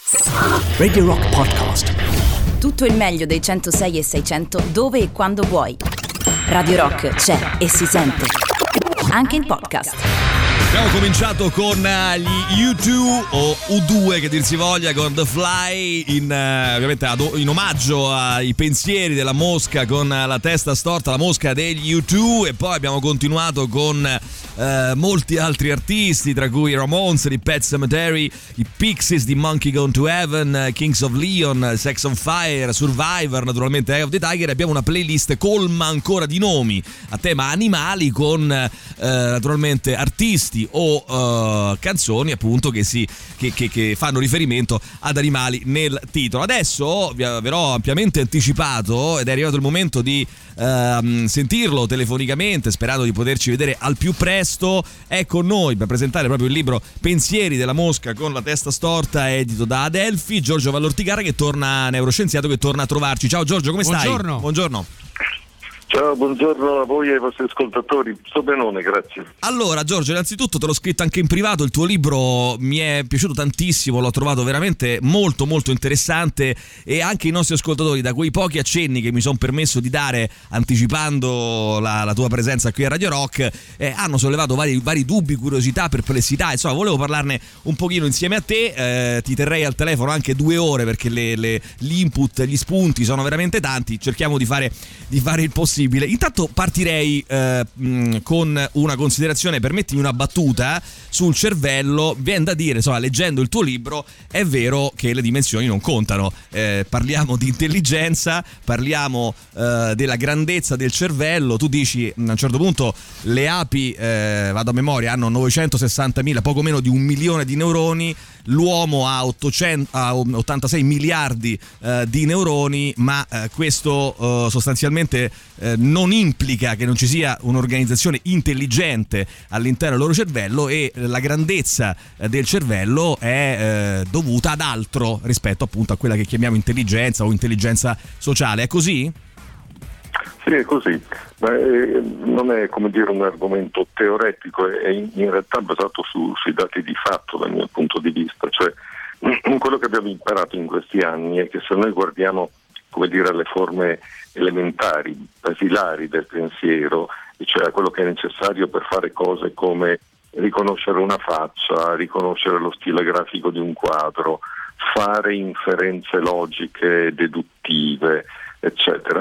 Radio Rock Podcast. Tutto il meglio dei 106 e 600 dove e quando vuoi. Radio Rock c'è e si sente anche in podcast. Abbiamo cominciato con gli U2 o U2 che dir si voglia, con The Fly, ovviamente in omaggio ai pensieri della mosca con la testa storta, la mosca degli U2, e poi abbiamo continuato con molti altri artisti, tra cui i Ramones, i Pet Sematary, i Pixies di Monkey Gone to Heaven, Kings of Leon, Sex on Fire, Survivor, naturalmente Eye of the Tiger. Abbiamo una playlist colma ancora di nomi a tema animali con naturalmente artisti o canzoni appunto che fanno riferimento ad animali nel titolo. Adesso vi avrò ampiamente anticipato ed è arrivato il momento di sentirlo telefonicamente, sperando di poterci vedere al più presto. È con noi per presentare proprio il libro Pensieri della mosca con la testa storta, edito da Adelphi, Giorgio Vallortigara, che torna, neuroscienziato, che torna a trovarci. Ciao Giorgio, come stai? Buongiorno. Ciao, buongiorno a voi e ai vostri ascoltatori. Sto benone, grazie. Allora Giorgio, innanzitutto te l'ho scritto anche in privato, il tuo libro mi è piaciuto tantissimo, l'ho trovato veramente molto molto interessante, e anche i nostri ascoltatori, da quei pochi accenni che mi sono permesso di dare anticipando la tua presenza qui a Radio Rock, hanno sollevato vari dubbi, curiosità, perplessità. Insomma, volevo parlarne un pochino insieme a te. Ti terrei al telefono anche 2 ore perché gli input, gli spunti sono veramente tanti. Cerchiamo di fare il possibile. Intanto partirei con una considerazione, permettimi una battuta sul cervello. Viene da dire, insomma, leggendo il tuo libro, è vero che le dimensioni non contano. Parliamo di intelligenza, parliamo della grandezza del cervello. Tu dici, a un certo punto, le api, vado a memoria, hanno 960.000, poco meno di 1 milione di neuroni. L'uomo ha 86 miliardi di neuroni, ma questo sostanzialmente non implica che non ci sia un'organizzazione intelligente all'interno del loro cervello, e la grandezza del cervello è dovuta ad altro rispetto appunto a quella che chiamiamo intelligenza o intelligenza sociale. È così? Sì, è così. Non è, come dire, un argomento teoretico, è in realtà basato sui dati di fatto dal mio punto di vista. Cioè, quello che abbiamo imparato in questi anni è che se noi guardiamo, come dire, le forme elementari, basilari del pensiero, cioè quello che è necessario per fare cose come riconoscere una faccia, riconoscere lo stile grafico di un quadro, fare inferenze logiche deduttive, eccetera.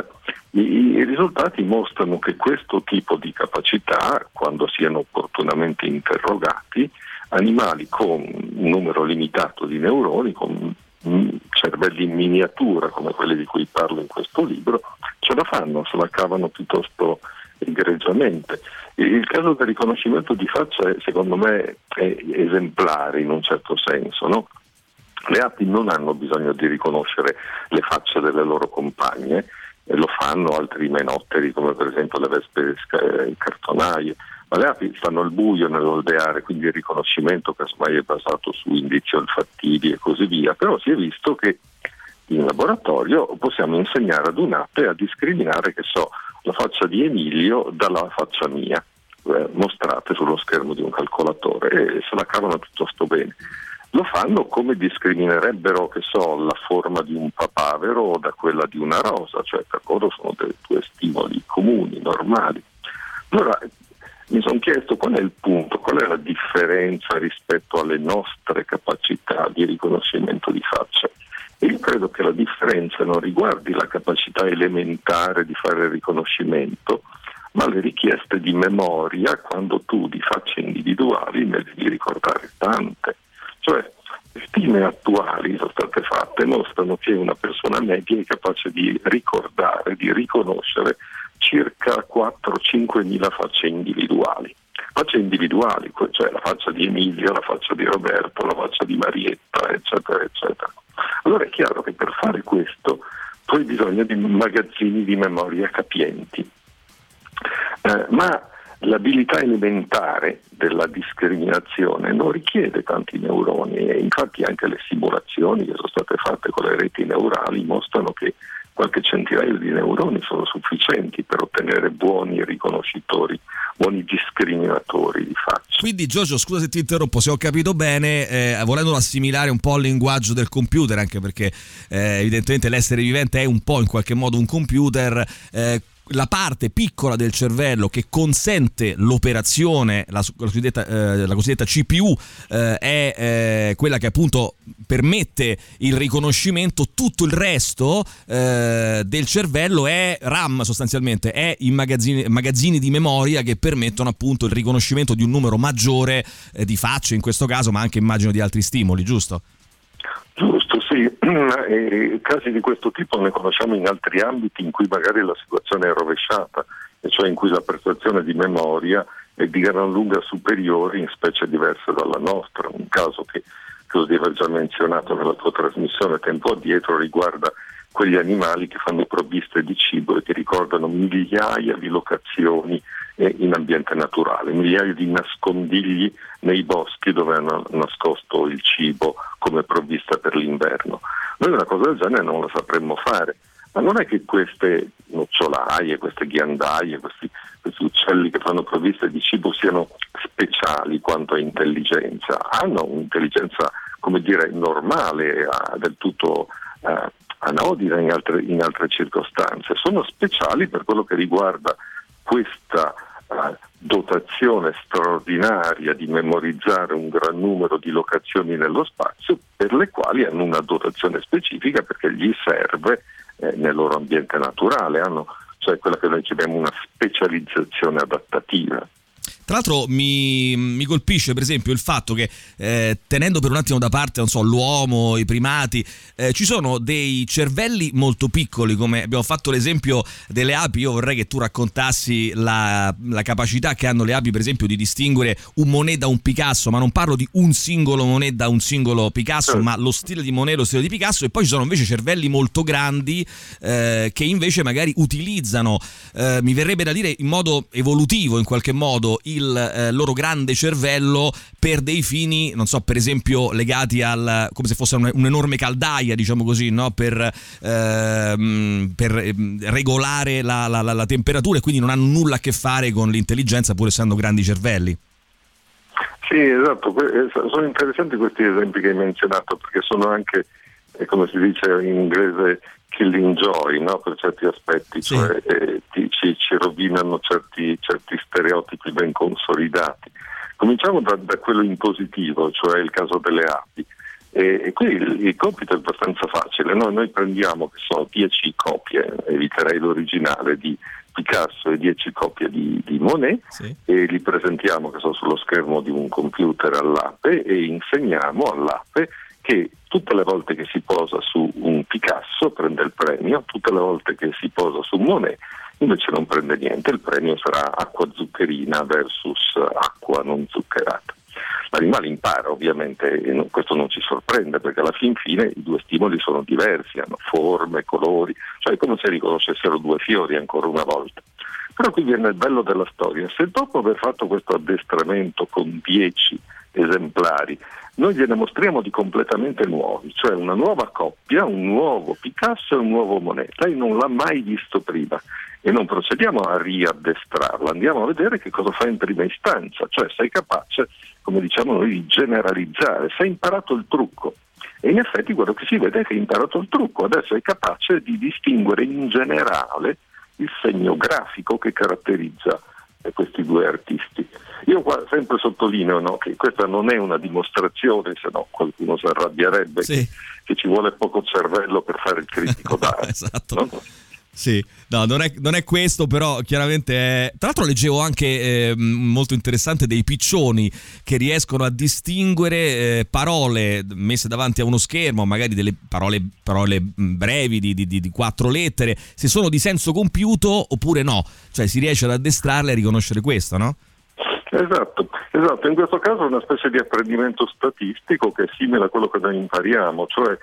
I risultati mostrano che questo tipo di capacità, quando siano opportunamente interrogati, animali con un numero limitato di neuroni, con cervelli in miniatura come quelli di cui parlo in questo libro, ce la fanno, se la cavano piuttosto egregiamente. Il caso del riconoscimento di faccia secondo me è esemplare in un certo senso, no? Le api non hanno bisogno di riconoscere le facce delle loro compagne, lo fanno altri imenotteri come per esempio le vespe cartonaie, ma le api stanno al buio nell'alveare, quindi il riconoscimento casomai è basato su indizi olfattivi e così via. Però si è visto che in laboratorio possiamo insegnare ad un'ape a discriminare, che so, la faccia di Emilio dalla faccia mia, mostrate sullo schermo di un calcolatore, e se la cavano piuttosto bene. Lo fanno come discriminerebbero, che so, la forma di un papavero da quella di una rosa, cioè per loro sono due stimoli comuni, normali. Allora mi sono chiesto qual è il punto, qual è la differenza rispetto alle nostre capacità di riconoscimento di faccia. E io credo che la differenza non riguardi la capacità elementare di fare il riconoscimento, ma le richieste di memoria, quando tu di facce individuali ne devi ricordare tante. Cioè, stime attuali sono state fatte, mostrano che una persona media è capace di ricordare, di riconoscere circa 4-5 mila facce individuali. Facce individuali, cioè la faccia di Emilio, la faccia di Roberto, la faccia di Marietta, eccetera, eccetera. Allora è chiaro che per fare questo tu hai bisogno di magazzini di memoria capienti. Ma l'abilità elementare della discriminazione non richiede tanti neuroni, e infatti anche le simulazioni che sono state fatte con le reti neurali mostrano che qualche centinaio di neuroni sono sufficienti per ottenere buoni riconoscitori buoni discriminatori di faccia. Quindi Giorgio, scusa se ti interrompo, se ho capito bene, volendolo assimilare un po' al linguaggio del computer, anche perché evidentemente l'essere vivente è un po' in qualche modo un computer, la parte piccola del cervello che consente l'operazione, la cosiddetta CPU, è quella che appunto permette il riconoscimento. Tutto il resto del cervello è RAM, sostanzialmente è i magazzini di memoria che permettono appunto il riconoscimento di un numero maggiore di facce in questo caso, ma anche immagino di altri stimoli, giusto? Giusto, sì. Casi di questo tipo ne conosciamo in altri ambiti in cui magari la situazione è rovesciata, e cioè in cui la prestazione di memoria è di gran lunga superiore in specie diverse dalla nostra. Un caso che credo di aver già menzionato nella tua trasmissione tempo addietro riguarda quegli animali che fanno provviste di cibo e che ricordano migliaia di locazioni in ambiente naturale, migliaia di nascondigli nei boschi dove hanno nascosto il cibo come provvista per l'inverno. Noi una cosa del genere non la sapremmo fare, ma non è che queste nocciolaie, queste ghiandaie, questi uccelli che fanno provviste di cibo siano speciali quanto a intelligenza. Hanno un'intelligenza, come dire, normale, del tutto anodina in altre circostanze. Sono speciali per quello che riguarda questa dotazione straordinaria di memorizzare un gran numero di locazioni nello spazio, per le quali hanno una dotazione specifica perché gli serve nel loro ambiente naturale, hanno cioè quella che noi chiamiamo una specializzazione adattativa. Tra l'altro mi colpisce per esempio il fatto che tenendo per un attimo da parte, non so, l'uomo, i primati, ci sono dei cervelli molto piccoli, come abbiamo fatto l'esempio delle api. Io vorrei che tu raccontassi la capacità che hanno le api per esempio di distinguere un Monet da un Picasso, ma non parlo di un singolo Monet da un singolo Picasso, ma lo stile di Monet, lo stile di Picasso. E poi ci sono invece cervelli molto grandi che invece magari utilizzano, mi verrebbe da dire in modo evolutivo in qualche modo, il loro grande cervello per dei fini, non so, per esempio legati al, come se fosse un'enorme caldaia, diciamo così, no? Per regolare la temperatura, e quindi non hanno nulla a che fare con l'intelligenza, pur essendo grandi cervelli. Sì, esatto, sono interessanti questi esempi che hai menzionato, perché sono anche, come si dice in inglese, killing joy, no? Per certi aspetti, sì. Cioè ci rovinano certi stereotipi ben consolidati. Cominciamo da quello in positivo, cioè il caso delle api. E qui il compito è abbastanza facile, no? Noi prendiamo, che sono 10 copie, eviterei l'originale, di Picasso e 10 copie di Monet, sì, e li presentiamo, che sono sullo schermo di un computer, all'ape, e insegniamo all'ape che tutte le volte che si posa su un Picasso prende il premio, tutte le volte che si posa su Monet invece non prende niente, il premio sarà acqua zuccherina versus acqua non zuccherata. L'animale impara ovviamente, e questo non ci sorprende, perché alla fin fine i due stimoli sono diversi, hanno forme, colori, cioè è come se riconoscessero due fiori ancora una volta. Però qui viene il bello della storia: se dopo aver fatto questo addestramento con 10 esemplari noi gliene mostriamo di completamente nuovi, cioè una nuova coppia, un nuovo Picasso e un nuovo Monet, lei non l'ha mai visto prima, e non procediamo a riaddestrarla, andiamo a vedere che cosa fa in prima istanza, cioè sei capace, come diciamo noi, di generalizzare, sei imparato il trucco. E in effetti quello che si vede è che hai imparato il trucco, adesso è capace di distinguere in generale il segno grafico che caratterizza questi due artisti. Io qua sempre sottolineo, no, che questa non è una dimostrazione, se no qualcuno si arrabbierebbe, sì, che ci vuole poco cervello per fare il critico d'arte. Esatto. No? Sì, no, non è questo, però chiaramente è... Tra l'altro leggevo anche molto interessante dei piccioni che riescono a distinguere parole messe davanti a uno schermo, magari delle parole brevi di 4 lettere, se sono di senso compiuto oppure no, cioè si riesce ad addestrarle a riconoscere questo, no? Esatto, in questo caso è una specie di apprendimento statistico che è simile a quello che noi impariamo, cioè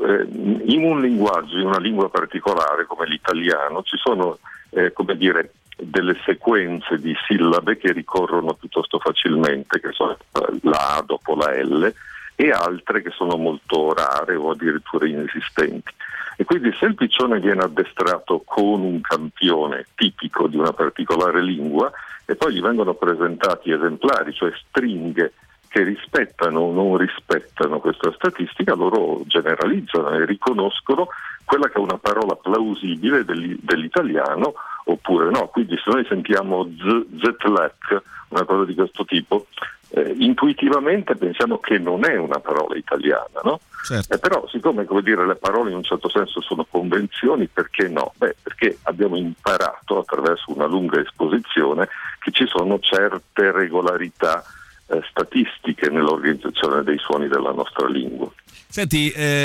in un linguaggio, in una lingua particolare come l'italiano, ci sono come dire delle sequenze di sillabe che ricorrono piuttosto facilmente, che sono la A dopo la L, e altre che sono molto rare o addirittura inesistenti. E quindi se il piccione viene addestrato con un campione tipico di una particolare lingua e poi gli vengono presentati esemplari, cioè stringhe che rispettano o non rispettano questa statistica, loro generalizzano e riconoscono quella che è una parola plausibile dell'italiano oppure no. Quindi se noi sentiamo zetlac, una cosa di questo tipo, intuitivamente pensiamo che non è una parola italiana, no? Certo. Però siccome, come dire, le parole in un certo senso sono convenzioni, perché no? Perché abbiamo imparato attraverso una lunga esposizione che ci sono certe regolarità statistiche nell'organizzazione dei suoni della nostra lingua. Senti,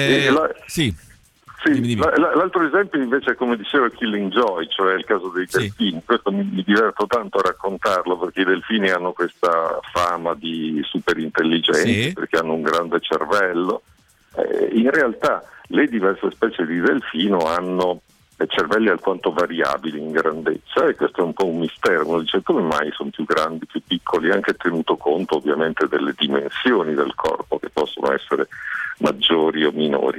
sì. Dimmi. L'altro esempio invece, come dicevo, è Killing Joy, cioè il caso dei delfini. Questo mi diverto tanto a raccontarlo perché i delfini hanno questa fama di super intelligenti, perché hanno un grande cervello. In realtà le diverse specie di delfino hanno cervelli alquanto variabili in grandezza, e questo è un po' un mistero. Uno dice: come mai sono più grandi, più piccoli, anche tenuto conto ovviamente delle dimensioni del corpo che possono essere maggiori o minori.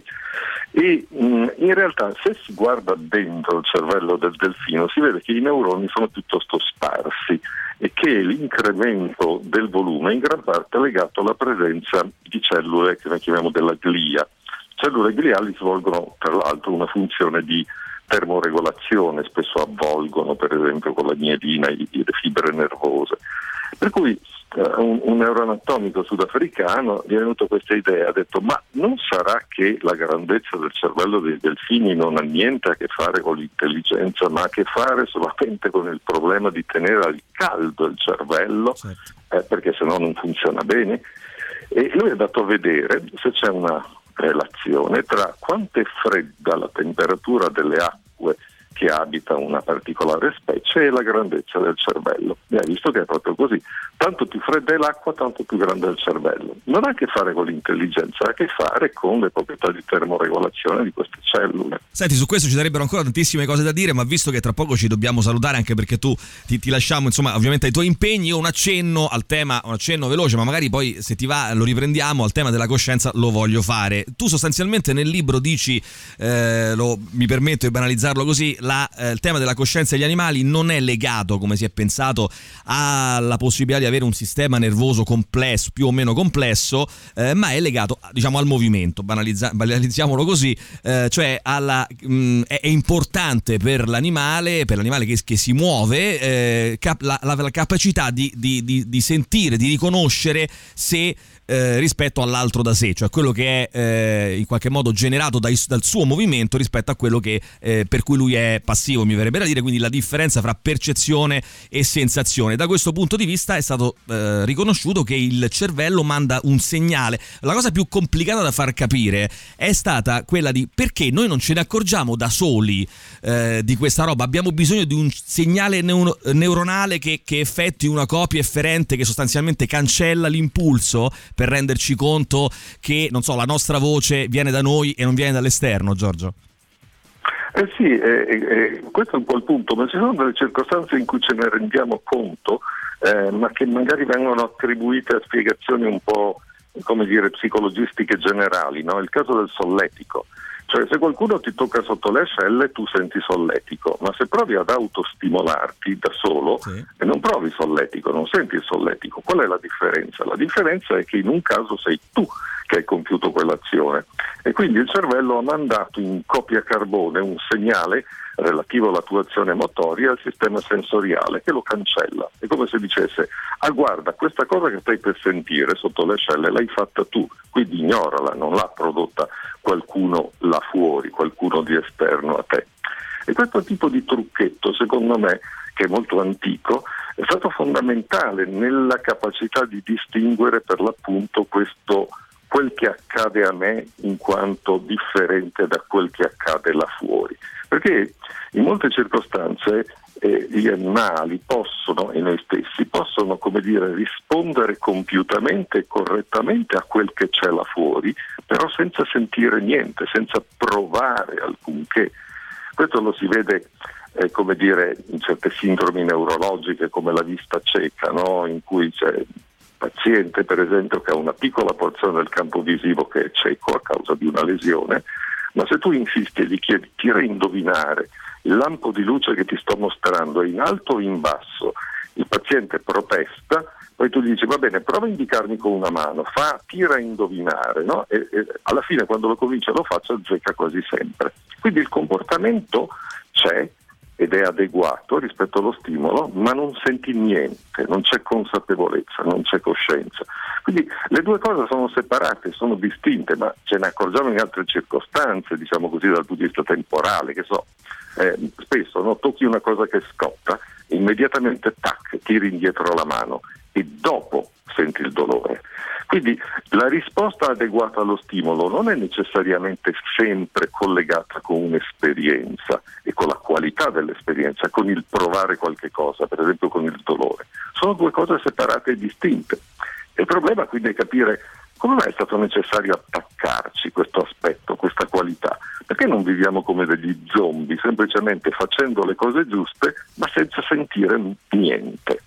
E in realtà se si guarda dentro il cervello del delfino si vede che i neuroni sono piuttosto sparsi e che l'incremento del volume è in gran parte legato alla presenza di cellule che noi chiamiamo della glia. Cellule gliali svolgono tra l'altro una funzione di termoregolazione, spesso avvolgono per esempio con la mielina le fibre nervose. Per cui un neuroanatomico sudafricano gli è venuto questa idea, ha detto: ma non sarà che la grandezza del cervello dei delfini non ha niente a che fare con l'intelligenza, ma ha a che fare solamente con il problema di tenere al caldo il cervello, perché sennò non funziona bene? E lui è andato a vedere se c'è una relazione tra quanto è fredda la temperatura delle acque che abita una particolare specie e la grandezza del cervello. E ha visto che è proprio così: tanto più fredda è l'acqua, tanto più grande è il cervello. Non ha a che fare con l'intelligenza, ha a che fare con le proprietà di termoregolazione di queste cellule. Senti, su questo ci sarebbero ancora tantissime cose da dire, ma visto che tra poco ci dobbiamo salutare, anche perché tu ti lasciamo insomma ovviamente ai tuoi impegni, io un accenno al tema, un accenno veloce, ma magari poi se ti va lo riprendiamo, al tema della coscienza lo voglio fare. Tu sostanzialmente nel libro dici, mi permetto di banalizzarlo così, il tema della coscienza degli animali non è legato, come si è pensato, alla possibilità di avere un sistema nervoso complesso, più o meno complesso, ma è legato, diciamo, al movimento, banalizziamolo così, cioè è importante per l'animale che si muove, la capacità di sentire, di riconoscere se rispetto all'altro da sé, cioè quello che è in qualche modo generato dal suo movimento rispetto a quello che per cui lui è passivo, mi verrebbe da dire, quindi la differenza fra percezione e sensazione. Da questo punto di vista è stato riconosciuto che il cervello manda un segnale. La cosa più complicata da far capire è stata quella di perché noi non ce ne accorgiamo da soli di questa roba, abbiamo bisogno di un segnale neuronale che effettui una copia efferente che sostanzialmente cancella l'impulso per renderci conto che, non so, la nostra voce viene da noi e non viene dall'esterno, Giorgio? Sì, questo è un po' il punto, ma ci sono delle circostanze in cui ce ne rendiamo conto, ma che magari vengono attribuite a spiegazioni un po', come dire, psicologistiche generali, no? Il caso del solletico. Cioè, se qualcuno ti tocca sotto le ascelle tu senti solletico, ma se provi ad autostimolarti da solo e non provi solletico, non senti il solletico. Qual è la differenza? La differenza è che in un caso sei tu che hai compiuto quell'azione e quindi il cervello ha mandato in copia carbone un segnale relativo alla tua azione motoria al sistema sensoriale che lo cancella. È come se dicesse: ah, guarda, questa cosa che stai per sentire sotto le ascelle l'hai fatta tu, quindi ignorala, non l'ha prodotta qualcuno là fuori, qualcuno di esterno a te. E questo tipo di trucchetto, secondo me, che è molto antico, è stato fondamentale nella capacità di distinguere per l'appunto quel che accade a me in quanto differente da quel che accade là fuori. Perché in molte circostanze gli animali possono, e noi stessi, possono, come dire, rispondere compiutamente e correttamente a quel che c'è là fuori, però senza sentire niente, senza provare alcunché. Questo lo si vede, come dire, in certe sindromi neurologiche come la vista cieca, no? In cui c'è paziente per esempio che ha una piccola porzione del campo visivo che è cieco a causa di una lesione, ma se tu insisti e gli chiedi tira a indovinare il lampo di luce che ti sto mostrando è in alto o in basso, il paziente protesta, poi tu gli dici va bene, prova a indicarmi con una mano, tira a indovinare, no? E alla fine quando lo convince lo faccia, azzecca quasi sempre. Quindi il comportamento c'è ed è adeguato rispetto allo stimolo, ma non senti niente, non c'è consapevolezza, non c'è coscienza. Quindi le due cose sono separate, sono distinte, ma ce ne accorgiamo in altre circostanze, diciamo così dal punto di vista temporale, che spesso no, tocchi una cosa che scotta, immediatamente tac, tiri indietro la mano e dopo senti il dolore. Quindi la risposta adeguata allo stimolo non è necessariamente sempre collegata con un'esperienza e con la qualità dell'esperienza, con il provare qualche cosa, per esempio con il dolore. Sono due cose separate e distinte. E il problema quindi è capire come mai è stato necessario attaccarci questo aspetto, questa qualità. Perché non viviamo come degli zombie, semplicemente facendo le cose giuste ma senza sentire niente?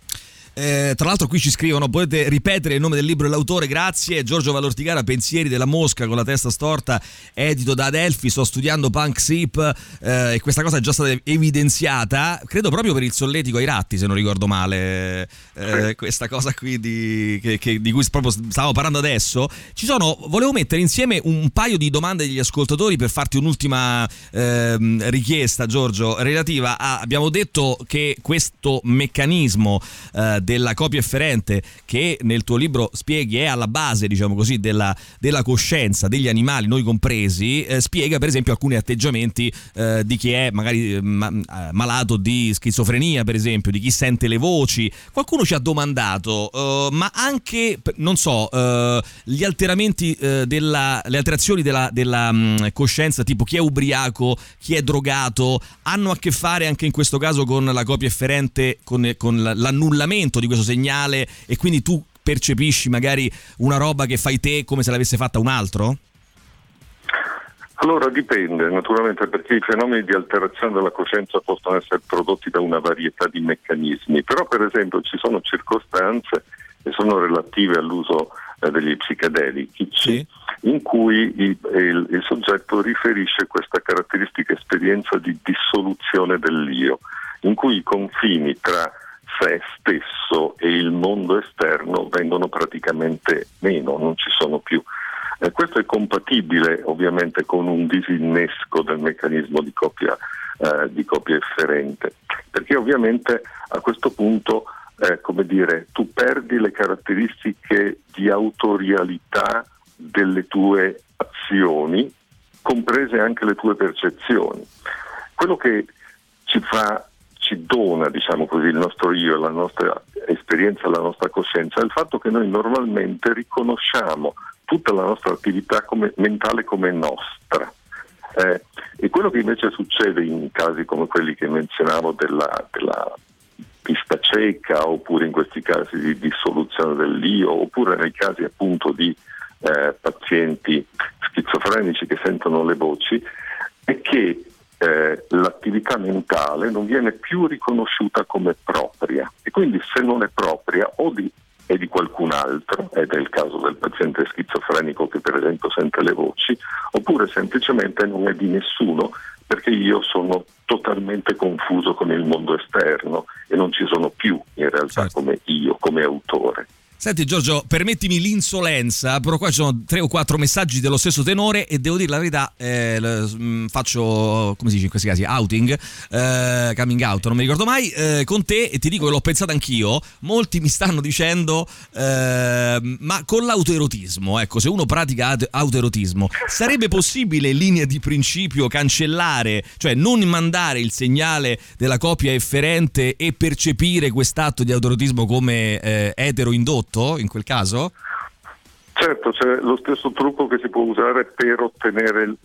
Tra l'altro qui ci scrivono: potete ripetere il nome del libro e l'autore? Grazie. Giorgio Valortigara, Pensieri della mosca con la testa storta, edito da Adelphi. Sto studiando Punk Sip e questa cosa è già stata evidenziata, credo proprio per il solletico ai ratti, se non ricordo male, questa cosa qui di cui proprio stavamo parlando adesso. Volevo mettere insieme un paio di domande degli ascoltatori per farti un'ultima richiesta, Giorgio, relativa a, abbiamo detto che questo meccanismo della copia efferente, che nel tuo libro spieghi è alla base, diciamo così, della coscienza degli animali, noi compresi, spiega per esempio alcuni atteggiamenti di chi è magari malato di schizofrenia, per esempio, di chi sente le voci. Qualcuno ci ha domandato ma anche, non so, gli alteramenti le alterazioni della coscienza, tipo chi è ubriaco, chi è drogato, hanno a che fare anche in questo caso con la copia efferente, con l'annullamento di questo segnale, e quindi tu percepisci magari una roba che fai te come se l'avesse fatta un altro? Allora dipende naturalmente, perché i fenomeni di alterazione della coscienza possono essere prodotti da una varietà di meccanismi, però per esempio ci sono circostanze che sono relative all'uso degli psichedelici, sì, in cui il soggetto riferisce questa caratteristica esperienza di dissoluzione dell'io, in cui i confini tra sé stesso e il mondo esterno vengono praticamente meno, non ci sono più. Questo è compatibile ovviamente con un disinnesco del meccanismo di copia efferente, perché ovviamente a questo punto tu perdi le caratteristiche di autorialità delle tue azioni, comprese anche le tue percezioni. Quello che ci dona, diciamo così, il nostro io, la nostra esperienza, la nostra coscienza, è il fatto che noi normalmente riconosciamo tutta la nostra attività mentale come nostra. E quello che invece succede in casi come quelli che menzionavo della pista cieca, oppure in questi casi di dissoluzione dell'io, oppure nei casi appunto di pazienti schizofrenici che sentono le voci, è che l'attività mentale non viene più riconosciuta come propria, e quindi se non è propria è di qualcun altro, ed è il caso del paziente schizofrenico che per esempio sente le voci, oppure semplicemente non è di nessuno, perché io sono totalmente confuso con il mondo esterno e non ci sono più in realtà, certo, come io, come autore. Senti Giorgio, permettimi l'insolenza, però qua ci sono 3 o 4 messaggi dello stesso tenore e devo dire la verità, faccio, come si dice in questi casi, outing, coming out, non mi ricordo mai, con te, e ti dico che l'ho pensato anch'io. Molti mi stanno dicendo ma con l'autoerotismo, ecco, se uno pratica autoerotismo, sarebbe possibile in linea di principio cancellare, cioè non mandare il segnale della copia efferente e percepire quest'atto di autoerotismo come etero indotto in quel caso? Certo, c'è lo stesso trucco che si può usare per ottenere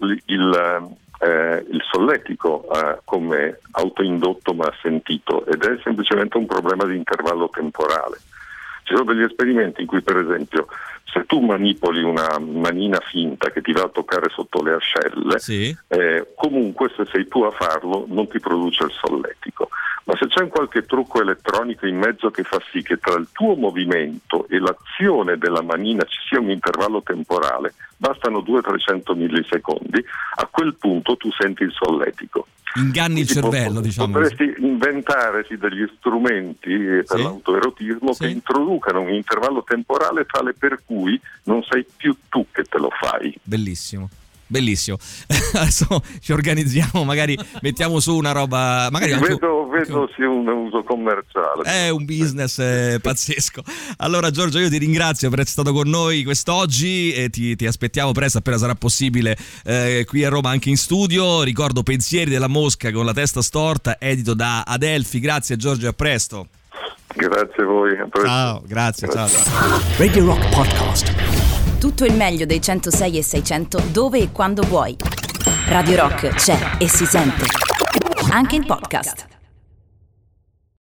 il solletico come autoindotto ma sentito, ed è semplicemente un problema di intervallo temporale. Ci sono degli esperimenti in cui, per esempio, se tu manipoli una manina finta che ti va a toccare sotto le ascelle, sì, comunque se sei tu a farlo non ti produce il solletico, ma se c'è un qualche trucco elettronico in mezzo che fa sì che tra il tuo movimento e l'azione della manina ci sia un intervallo temporale, bastano 200-300 millisecondi, a quel punto tu senti il solletico. Inganni il cervello, diciamo. Potresti inventare degli strumenti per l'autoerotismo che introducano un intervallo temporale tale per cui non sei più tu che te lo fai. Bellissimo. Adesso ci organizziamo, magari mettiamo su una roba, magari vedo sia un uso commerciale. È un business pazzesco. Allora Giorgio, io ti ringrazio per essere stato con noi quest'oggi e ti aspettiamo presto, appena sarà possibile, qui a Roma, anche in studio. Ricordo Pensieri della mosca con la testa storta, edito da Adelphi. Grazie Giorgio e a presto. Grazie a voi, a presto. Ciao, grazie. Ciao. Radio Rock Podcast. Tutto il meglio dei 106 e 600 dove e quando vuoi. Radio Rock c'è e si sente. Anche in podcast.